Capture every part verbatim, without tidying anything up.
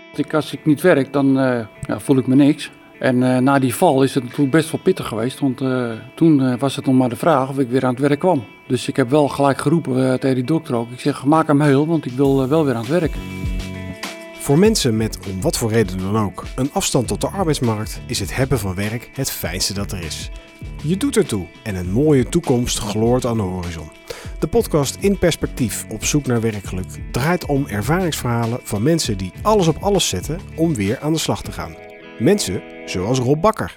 Als ik niet werk, dan uh, ja, voel ik me niks. En uh, na die val is het natuurlijk best wel pittig geweest. Want uh, toen uh, was het nog maar de vraag of ik weer aan het werk kwam. Dus ik heb wel gelijk geroepen uh, tegen die dokter ook. Ik zeg, maak hem heel, want ik wil uh, wel weer aan het werk. Voor mensen met, om wat voor reden dan ook, een afstand tot de arbeidsmarkt is het hebben van werk het fijnste dat er is. Je doet ertoe en een mooie toekomst gloort aan de horizon. De podcast In Perspectief op zoek naar werkgeluk draait om ervaringsverhalen van mensen die alles op alles zetten om weer aan de slag te gaan. Mensen zoals Rob Bakker.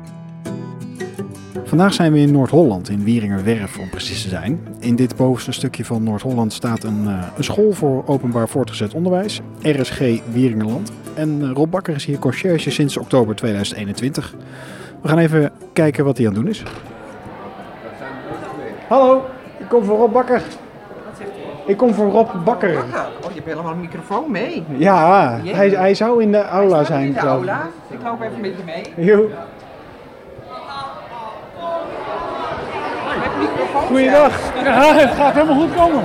Vandaag zijn we in Noord-Holland, in Wieringerwerf om precies te zijn. In dit bovenste stukje van Noord-Holland staat een, uh, een school voor openbaar voortgezet onderwijs, R S G Wieringerland. En uh, Rob Bakker is hier conciërge sinds oktober tweeduizend eenentwintig. We gaan even kijken wat hij aan het doen is. Hallo, ik kom voor Rob Bakker. Wat zegt u? Ik kom voor Rob Bakker. Bakker? Oh, je hebt helemaal een microfoon mee. Ja, hij, hij zou in de aula Hij zijn. in de geloof aula. Ik loop even met je mee. Jo. Met microfoon. Goeiedag. Ja, het gaat helemaal goed komen.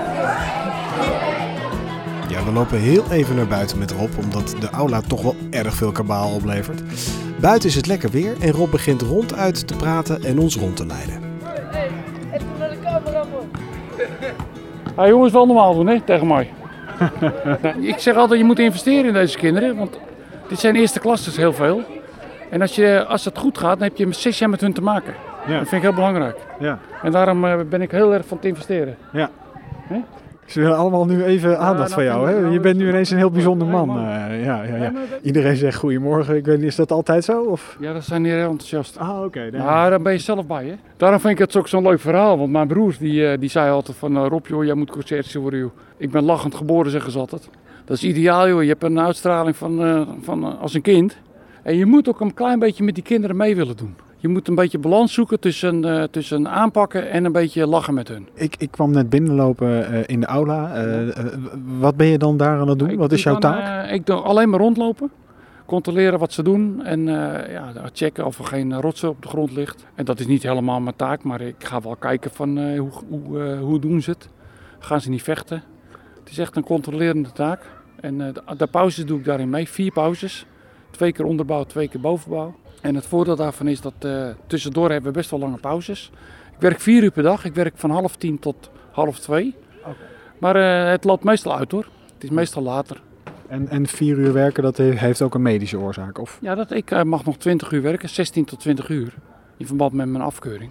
Ja, we lopen heel even naar buiten met Rob, omdat de aula toch wel erg veel kabaal oplevert. Buiten is het lekker weer en Rob begint ronduit te praten en ons rond te leiden. Hey, even naar de camera, man. Ja, jongens, wel normaal doen, hè, tegen mij. Ik zeg altijd, je moet investeren in deze kinderen, want dit zijn eerste klassers heel veel. En als, je, als het goed gaat, dan heb je zes jaar met hun te maken. Ja. Dat vind ik heel belangrijk. Ja. En daarom uh, ben ik heel erg van het investeren. Ja. Hè? Ze willen allemaal nu even aandacht nou, van jou, vind ik- hè? Je bent nu ineens een heel bijzonder man. Nee, man. Uh, ja, ja, ja. Nee, maar dat- Iedereen zegt goedemorgen. Ik weet niet, is dat altijd zo? Of? Ja, dat zijn hier heel enthousiast. Ah, oké. Okay, Maar daar ben je zelf bij, hè. Daarom vind ik het ook zo'n leuk verhaal. Want mijn broers, die, uh, die zei altijd van... Uh, Rob, joh, jij moet conciërge worden, joh. Ik ben lachend geboren, zeggen ze altijd. Dat is ideaal, joh. Je hebt een uitstraling van, uh, van uh, als een kind. En je moet ook een klein beetje met die kinderen mee willen doen. Je moet een beetje balans zoeken tussen, uh, tussen aanpakken en een beetje lachen met hun. Ik, ik kwam net binnenlopen uh, in de aula. Uh, uh, wat ben je dan daar aan het doen? Ik Wat is doe jouw dan, taak? Uh, ik doe alleen maar rondlopen. Controleren wat ze doen en uh, ja, checken of er geen rotsen op de grond ligt. En dat is niet helemaal mijn taak, maar ik ga wel kijken van uh, hoe, hoe, uh, hoe doen ze het. Gaan ze niet vechten? Het is echt een controlerende taak. En uh, de, de pauzes doe ik daarin mee, vier pauzes. Twee keer onderbouw, twee keer bovenbouw. En het voordeel daarvan is dat uh, tussendoor hebben we best wel lange pauzes. Ik werk vier uur per dag. Ik werk van half tien tot half twee. Okay. Maar uh, het loopt meestal uit hoor. Het is meestal later. En, en vier uur werken, dat heeft ook een medische oorzaak? Of? Ja, dat, ik uh, mag nog twintig uur werken. zestien tot twintig uur. In verband met mijn afkeuring.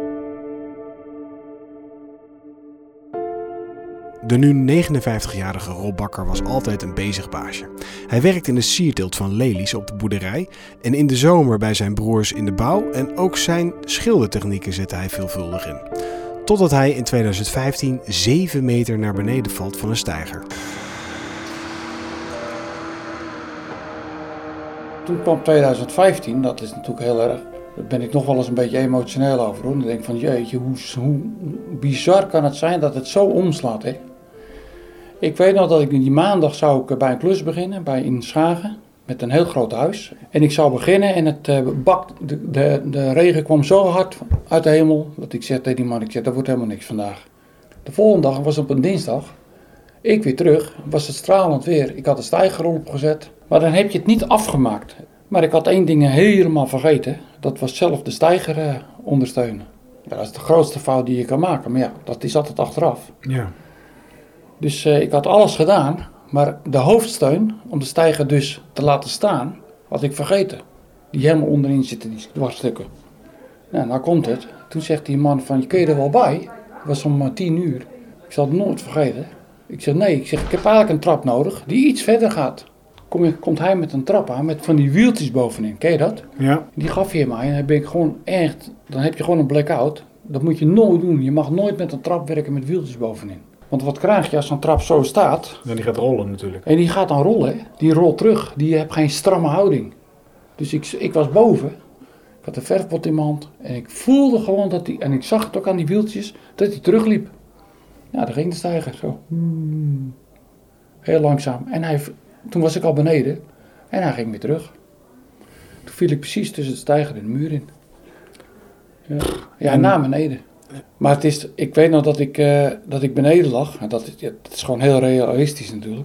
De nu negenenvijftigjarige Rob Bakker was altijd een bezig baasje. Hij werkt in de sierteelt van lelies op de boerderij en in de zomer bij zijn broers in de bouw en ook zijn schildertechnieken zette hij veelvuldig in. Totdat hij in tweeduizend vijftien zeven meter naar beneden valt van een steiger. Toen kwam tweeduizend vijftien, dat is natuurlijk heel erg, daar ben ik nog wel eens een beetje emotioneel over hoor. Dan denk ik van jeetje, hoe, hoe bizar kan het zijn dat het zo omslaat hè. Ik weet nog dat ik die maandag zou ik bij een klus beginnen, bij in Schagen, met een heel groot huis. En ik zou beginnen en het uh, bak, de, de, de regen kwam zo hard uit de hemel, dat ik zeg tegen die man, ik zeg, dat wordt helemaal niks vandaag. De volgende dag was op een dinsdag, ik weer terug, was het stralend weer. Ik had de steiger opgezet, maar dan heb je het niet afgemaakt. Maar ik had één ding helemaal vergeten, dat was zelf de steiger uh, ondersteunen. Ja, dat is de grootste fout die je kan maken, maar ja, dat is altijd achteraf. Ja. Dus uh, ik had alles gedaan, maar de hoofdsteun, om de steiger dus te laten staan, had ik vergeten. Die helemaal onderin zitten, die dwarsstukken. Nou, nou komt het. Toen zegt die man van, je kun je er wel bij? Het was om uh, tien uur. Ik zal het nooit vergeten. Ik zeg, nee, ik, zeg, ik heb eigenlijk een trap nodig die iets verder gaat. Kom je, komt hij met een trap aan, met van die wieltjes bovenin. Ken je dat? Ja. Die gaf hij mij en dan ben ik gewoon echt, dan heb je gewoon een blackout. Dat moet je nooit doen. Je mag nooit met een trap werken met wieltjes bovenin. Want wat krijg je als zo'n trap zo staat? En die gaat rollen natuurlijk. En die gaat dan rollen, hè? Die rolt terug. Die heeft geen stramme houding. Dus ik, ik was boven. Ik had een verfpot in mijn hand. En ik voelde gewoon dat hij, en ik zag het ook aan die wieltjes, dat hij terugliep. Ja, daar ging de steiger zo. Heel langzaam. En hij, toen was ik al beneden. En hij ging weer terug. Toen viel ik precies tussen de steiger en de muur in. Ja, ja en naar beneden. Maar het is, ik weet nog dat ik, uh, dat ik beneden lag. En dat, ja, dat is gewoon heel realistisch natuurlijk.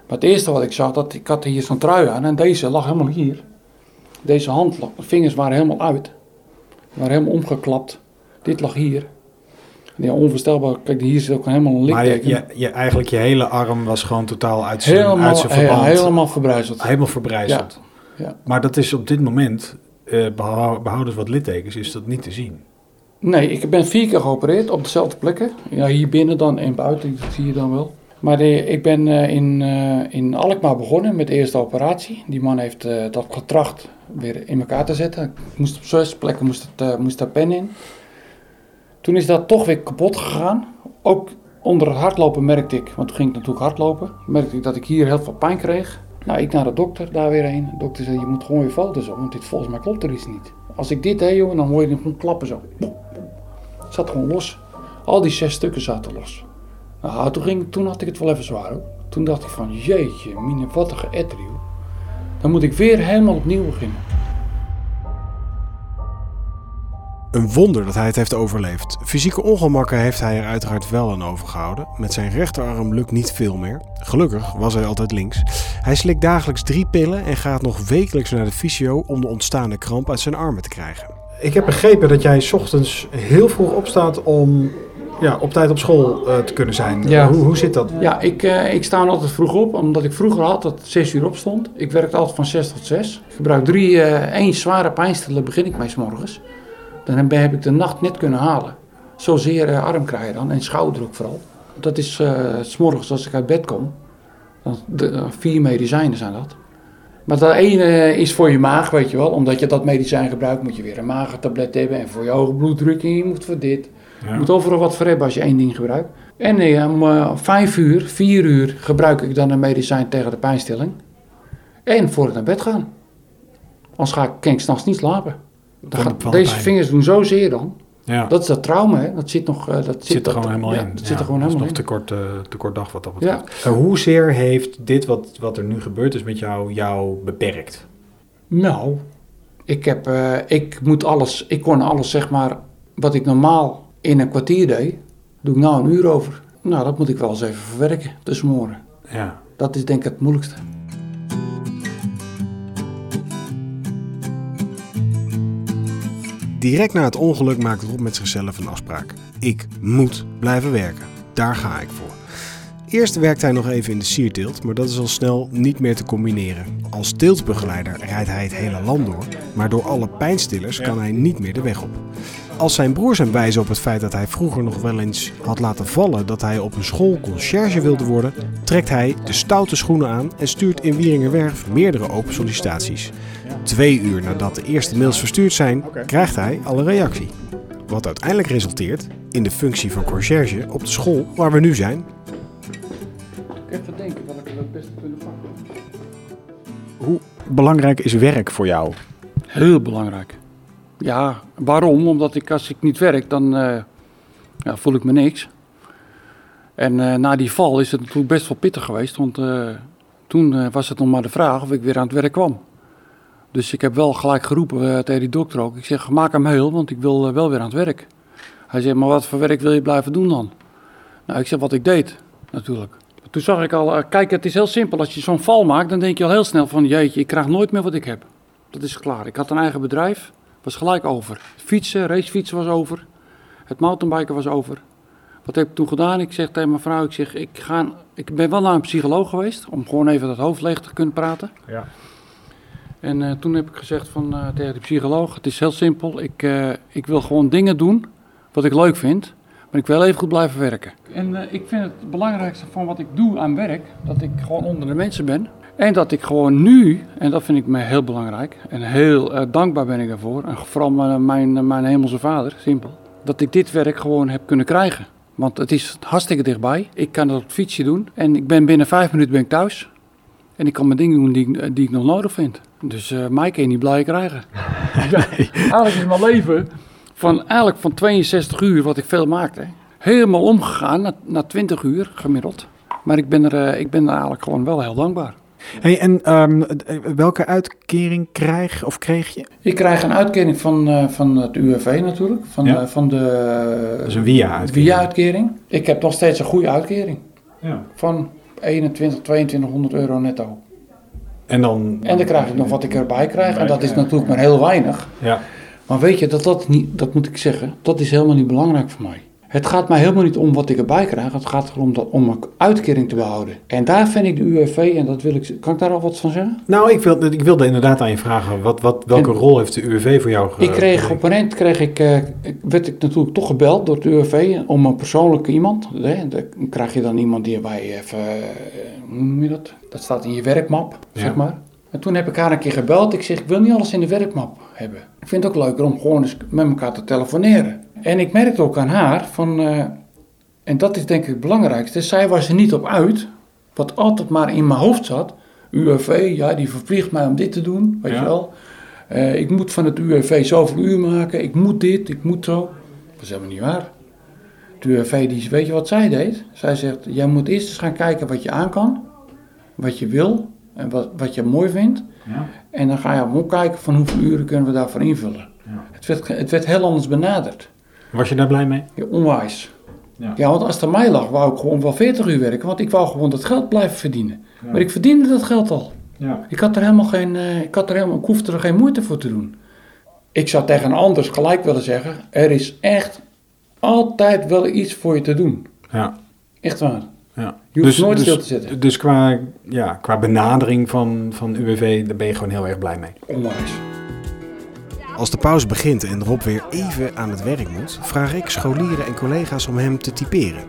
Maar het eerste wat ik zag, dat ik had hier zo'n trui aan en deze lag helemaal hier. Deze hand lag, de vingers waren helemaal uit. Die waren helemaal omgeklapt. Dit lag hier. Ja, onvoorstelbaar. Kijk, hier zit ook helemaal een litteken. Maar je, je, je, eigenlijk je hele arm was gewoon totaal uit zijn, helemaal, uit zijn verband. Ja, helemaal verbrijzeld. Helemaal verbrijzeld. Ja. Ja. Maar dat is op dit moment, uh, behoud, behoudens wat littekens, is dat niet te zien. Nee, ik ben vier keer geopereerd op dezelfde plekken. Ja, hier binnen dan en buiten, dat zie je dan wel. Maar de, ik ben uh, in, uh, in Alkmaar begonnen met de eerste operatie. Die man heeft uh, dat getracht weer in elkaar te zetten. Ik moest op zes plekken moest, het, uh, moest daar pen in. Toen is dat toch weer kapot gegaan. Ook onder het hardlopen merkte ik, want toen ging ik natuurlijk hardlopen, merkte ik dat ik hier heel veel pijn kreeg. Nou, ik naar de dokter daar weer heen. De dokter zei, je moet gewoon weer foto's op, want dit volgens mij klopt er iets niet. Als ik dit deed, jongen, dan hoor je hem gewoon klappen zo. Het zat gewoon los. Al die zes stukken zaten los. Nou, toen, ging, toen had ik het wel even zwaar hoor. Toen dacht ik van, jeetje, mine, wat een geëtter, joh. Dan moet ik weer helemaal opnieuw beginnen. Een wonder dat hij het heeft overleefd. Fysieke ongemakken heeft hij er uiteraard wel aan overgehouden. Met zijn rechterarm lukt niet veel meer. Gelukkig was hij altijd links. Hij slikt dagelijks drie pillen en gaat nog wekelijks naar de fysio om de ontstaande kramp uit zijn armen te krijgen. Ik heb begrepen dat jij 's ochtends heel vroeg opstaat om ja, op tijd op school uh, te kunnen zijn. Ja. Hoe, hoe zit dat? Ja, ik, uh, ik sta altijd vroeg op, omdat ik vroeger had dat het zes uur opstond. Ik werkte altijd van zes tot zes. Ik gebruik drie, uh, één zware pijnstiller begin ik mee 's morgens. Dan heb ik de nacht net kunnen halen. Zozeer uh, arm krijg je dan en schouder ook vooral. Dat is uh, 's morgens als ik uit bed kom. Dan, de, uh, vier medicijnen zijn dat. Maar dat ene is voor je maag, weet je wel. Omdat je dat medicijn gebruikt, moet je weer een magentablet hebben. En voor je hoge bloeddruk en je moet voor dit. Ja. Je moet overal wat voor hebben als je één ding gebruikt. En uh, om uh, vijf uur, vier uur gebruik ik dan een medicijn tegen de pijnstilling. En voor ik naar bed ga. Anders ga ik, kan ik 's nachts niet slapen. Dan gaat, de deze pijn. Vingers doen zozeer dan. Ja. Dat is dat trauma, hè. Dat zit nog... Uh, dat zit, zit er dat, gewoon helemaal ja, in. Dat ja, zit er gewoon helemaal in. Dat is nog te kort, uh, te kort dag wat dat betreft. Ja. Uh, hoezeer heeft dit wat, wat er nu gebeurd is met jou, jou beperkt? Nou, ik heb... Uh, ik moet alles... Ik kon alles, zeg maar... Wat ik normaal in een kwartier deed... Doe ik nou een uur over. Nou, dat moet ik wel eens even verwerken. Tussen morgen. Ja. Dat is denk ik het moeilijkste. Direct na het ongeluk maakt Rob met zichzelf een afspraak. Ik moet blijven werken. Daar ga ik voor. Eerst werkt hij nog even in de sierteelt, maar dat is al snel niet meer te combineren. Als teeltbegeleider rijdt hij het hele land door, maar door alle pijnstillers kan hij niet meer de weg op. Als zijn broers hem wijzen op het feit dat hij vroeger nog wel eens had laten vallen dat hij op een school conciërge wilde worden, trekt hij de stoute schoenen aan en stuurt in Wieringerwerf meerdere open sollicitaties. Twee uur nadat de eerste mails verstuurd zijn, krijgt hij al een reactie. Wat uiteindelijk resulteert in de functie van conciërge op de school waar we nu zijn. Even denken wat ik het beste kunnen pakken. Hoe belangrijk is werk voor jou? Heel belangrijk. Ja, waarom? Omdat ik als ik niet werk, dan uh, ja, voel ik me niks. En uh, na die val is het natuurlijk best wel pittig geweest, want uh, toen uh, was het nog maar de vraag of ik weer aan het werk kwam. Dus ik heb wel gelijk geroepen uh, tegen die dokter ook. Ik zeg, maak hem heel, want ik wil uh, wel weer aan het werk. Hij zegt, maar wat voor werk wil je blijven doen dan? Nou, ik zeg, wat ik deed, natuurlijk. Toen zag ik al, uh, kijk, het is heel simpel. Als je zo'n val maakt, dan denk je al heel snel van, jeetje, ik krijg nooit meer wat ik heb. Dat is klaar. Ik had een eigen bedrijf, was gelijk over. Fietsen, racefietsen was over. Het mountainbiken was over. Wat heb ik toen gedaan? Ik zeg tegen mijn vrouw, ik zeg, ik, ga, ik ben wel naar een psycholoog geweest, om gewoon even dat hoofd leeg te kunnen praten. Ja. En uh, toen heb ik gezegd van, uh, tegen de psycholoog, het is heel simpel. Ik, uh, ik wil gewoon dingen doen wat ik leuk vind, maar ik wil even goed blijven werken. En uh, ik vind het belangrijkste van wat ik doe aan werk, dat ik gewoon onder de mensen ben. En dat ik gewoon nu, en dat vind ik me heel belangrijk, en heel uh, dankbaar ben ik daarvoor, en vooral mijn, mijn, mijn hemelse vader, simpel, dat ik dit werk gewoon heb kunnen krijgen. Want het is hartstikke dichtbij, ik kan het op het fietsje doen en ik ben binnen vijf minuten ben ik thuis. En ik kan mijn dingen doen die ik, die ik nog nodig vind. Dus uh, mij kan je niet blij krijgen. Nee. Eigenlijk is mijn leven van, eigenlijk van tweeënzestig uur, wat ik veel maakte, helemaal omgegaan naar, naar twintig uur gemiddeld. Maar ik ben, er, uh, ik ben er eigenlijk gewoon wel heel dankbaar. Hey, en um, welke uitkering krijg of kreeg je? Ik krijg een uitkering van, uh, van het U W V natuurlijk. Van, ja. uh, van de uh, dus een W I A-uitkering. W I A-uitkering. Ik heb nog steeds een goede uitkering. Ja. Van eenentwintig, tweeëntwintighonderd euro netto. En dan... En dan krijg ik nog wat ik erbij krijg. En dat is natuurlijk maar heel weinig. Ja. Maar weet je, dat, dat, niet, dat moet ik zeggen, dat is helemaal niet belangrijk voor mij. Het gaat mij helemaal niet om wat ik erbij krijg. Het gaat erom dat, om een uitkering te behouden. En daar vind ik de U W V, en dat wil ik... Kan ik daar al wat van zeggen? Nou, ik wilde, ik wilde inderdaad aan je vragen. Wat, wat, welke en, rol heeft de U W V voor jou? Ik kreeg op een eind kreeg ik, uh, werd ik natuurlijk toch gebeld door de U W V om een persoonlijke iemand. Hè? Dan krijg je dan iemand die bij even... Uh, hoe noem je dat? Dat staat in je werkmap, ja. zeg maar. En toen heb ik haar een keer gebeld. Ik zeg, ik wil niet alles in de werkmap hebben. Ik vind het ook leuker om gewoon eens met elkaar te telefoneren. En ik merkte ook aan haar van... Uh, en dat is denk ik het belangrijkste. Zij was er niet op uit. Wat altijd maar in mijn hoofd zat. U W V, ja, die verplicht mij om dit te doen. Weet ja. je wel. Uh, ik moet van het U W V zoveel uur maken. Ik moet dit, ik moet zo. Dat is helemaal niet waar. De U W V, die, weet je wat zij deed? Zij zegt, jij moet eerst eens gaan kijken wat je aan kan. Wat je wil. En wat, wat je mooi vindt. Ja. En dan ga je ook kijken van hoeveel uren kunnen we daarvoor invullen. Ja. Het, werd, het werd heel anders benaderd. Was je daar blij mee? Ja, onwijs. Ja. ja, want als het aan mij lag, wou ik gewoon wel veertig uur werken. Want ik wou gewoon dat geld blijven verdienen. Ja. Maar ik verdiende dat geld al. Ja. Ik had er helemaal geen, uh, ik had er helemaal, ik hoefde er geen moeite voor te doen. Ik zou tegen een anders gelijk willen zeggen, er is echt altijd wel iets voor je te doen. Ja. Echt waar. Ja. Je hoeft dus, nooit dus, stil te zitten. Dus qua, ja, qua benadering van, van U W V, daar ben je gewoon heel erg blij mee. Onwijs. Als de pauze begint en Rob weer even aan het werk moet, vraag ik scholieren en collega's om hem te typeren.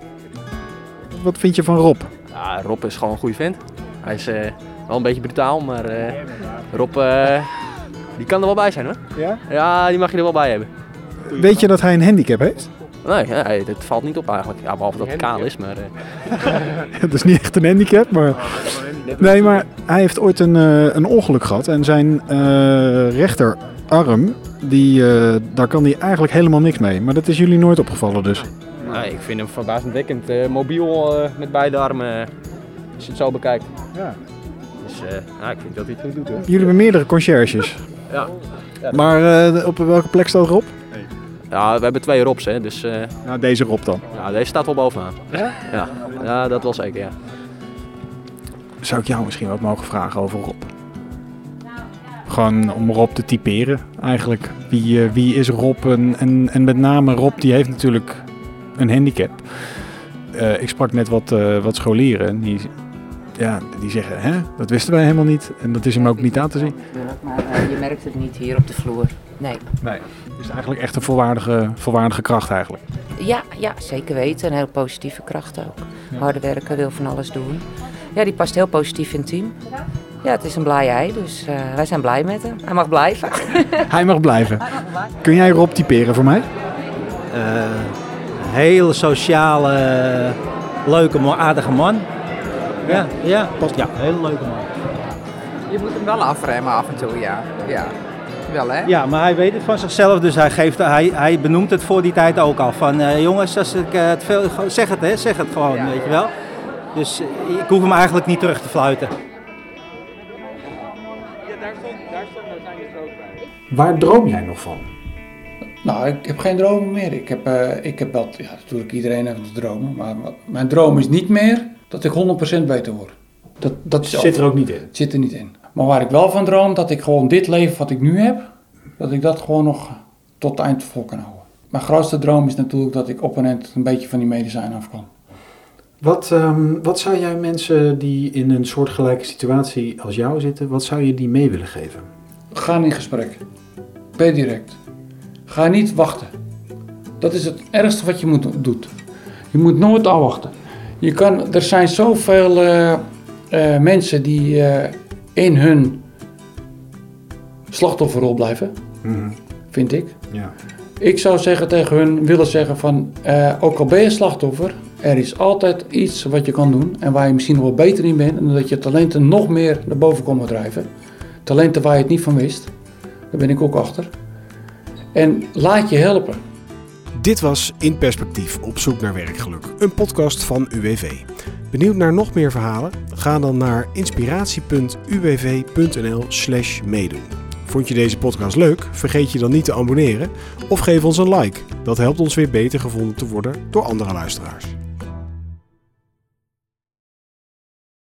Wat vind je van Rob? Ja, Rob is gewoon een goede vent. Hij is uh, wel een beetje brutaal, maar uh, Rob uh, die kan er wel bij zijn hoor. Ja? Ja, die mag je er wel bij hebben. Weet je dat hij een handicap heeft? Nee, nee, dat valt niet op eigenlijk. Ja, behalve dat hij kaal is, maar... Uh... dat is niet echt een handicap, maar... Nee, maar hij heeft ooit een, uh, een ongeluk gehad en zijn uh, rechterarm, die, uh, daar kan hij eigenlijk helemaal niks mee. Maar dat is jullie nooit opgevallen dus? Nee, ik vind hem verbazingwekkend uh, mobiel uh, met beide armen, als je het zo bekijkt. Ja. Dus uh, ja, ik vind dat hij het goed doet hoor. Jullie hebben meerdere conciërges. Ja. ja. Maar uh, op welke plek staat Rob? Ja, we hebben twee Robs, hè, dus... Uh, nou, deze Rob dan? Ja, deze staat wel bovenaan. Ja? Ja, ja dat wel zeker, ja. Zou ik jou misschien wat mogen vragen over Rob? Gewoon om Rob te typeren, eigenlijk. Wie, uh, wie is Rob? En, en, en met name Rob, die heeft natuurlijk een handicap. Uh, ik sprak net wat, uh, wat scholieren en die, ja, die zeggen, hè, dat wisten wij helemaal niet. En dat is hem ook niet aan te zien. Maar uh, je merkt het niet hier op de vloer. Nee. Nee. Het is eigenlijk echt een volwaardige, volwaardige kracht eigenlijk. Ja, ja, zeker weten. Een heel positieve kracht ook. Ja. Harde werken, wil van alles doen. Ja, die past heel positief in het team. Ja, het is een blij ei, dus uh, wij zijn blij met hem. Hij mag blijven. Hij mag blijven. Kun jij Rob typeren voor mij? Uh, hele sociale, leuke, aardige man. Ja, ja, past. Ja, hele leuke man. Je moet hem wel afremmen af en toe, ja. Ja. Wel, hè? Ja, maar hij weet het van zichzelf, dus hij, geeft, hij, hij benoemt het voor die tijd ook al. Van uh, jongens, als ik uh, het veel, zeg het hè, zeg het gewoon, ja, weet je wel. Dus uh, ik hoef hem eigenlijk niet terug te fluiten. Ja, daar stond, daar stond uiteindelijk ook bij. Waar droom jij nog van? Nou, ik heb geen dromen meer. Ik heb, uh, ik heb wel, ja, natuurlijk iedereen heeft een dromen, maar mijn droom is niet meer dat ik honderd procent beter word. Dat, dat is zit er ook niet in? Het zit er niet in. Maar waar ik wel van droom, dat ik gewoon dit leven wat ik nu heb, dat ik dat gewoon nog tot het eind vol kan houden. Mijn grootste droom is natuurlijk dat ik op een eind een beetje van die medicijnen af kan. Wat, um, wat zou jij mensen die in een soortgelijke situatie als jou zitten, wat zou je die mee willen geven? Ga in gesprek. Per direct. Ga niet wachten. Dat is het ergste wat je moet doen. Je moet nooit afwachten. Je kan, er zijn zoveel uh, uh, mensen die uh, in hun slachtofferrol blijven, mm-hmm. vind ik. Ja. Ik zou zeggen tegen hun, willen zeggen van, uh, ook al ben je slachtoffer, er is altijd iets wat je kan doen en waar je misschien nog wel beter in bent en dat je talenten nog meer naar boven komen drijven. Talenten waar je het niet van wist, daar ben ik ook achter. En laat je helpen. Dit was In Perspectief op zoek naar werkgeluk, een podcast van U W V. Benieuwd naar nog meer verhalen? Ga dan naar inspiratie punt u w v punt n l slash meedoen. Vond je deze podcast leuk? Vergeet je dan niet te abonneren of geef ons een like. Dat helpt ons weer beter gevonden te worden door andere luisteraars.